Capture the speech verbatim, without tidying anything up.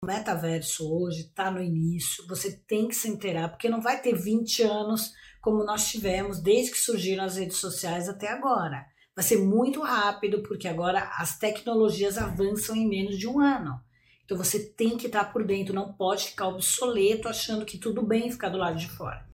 metaverso hoje está no início, você tem que se inteirar, porque não vai ter vinte anos como nós tivemos desde que surgiram as redes sociais até agora. Vai ser muito rápido, porque agora as tecnologias avançam em menos de um ano. Então você tem que estar por dentro, não pode ficar obsoleto achando que tudo bem ficar do lado de fora.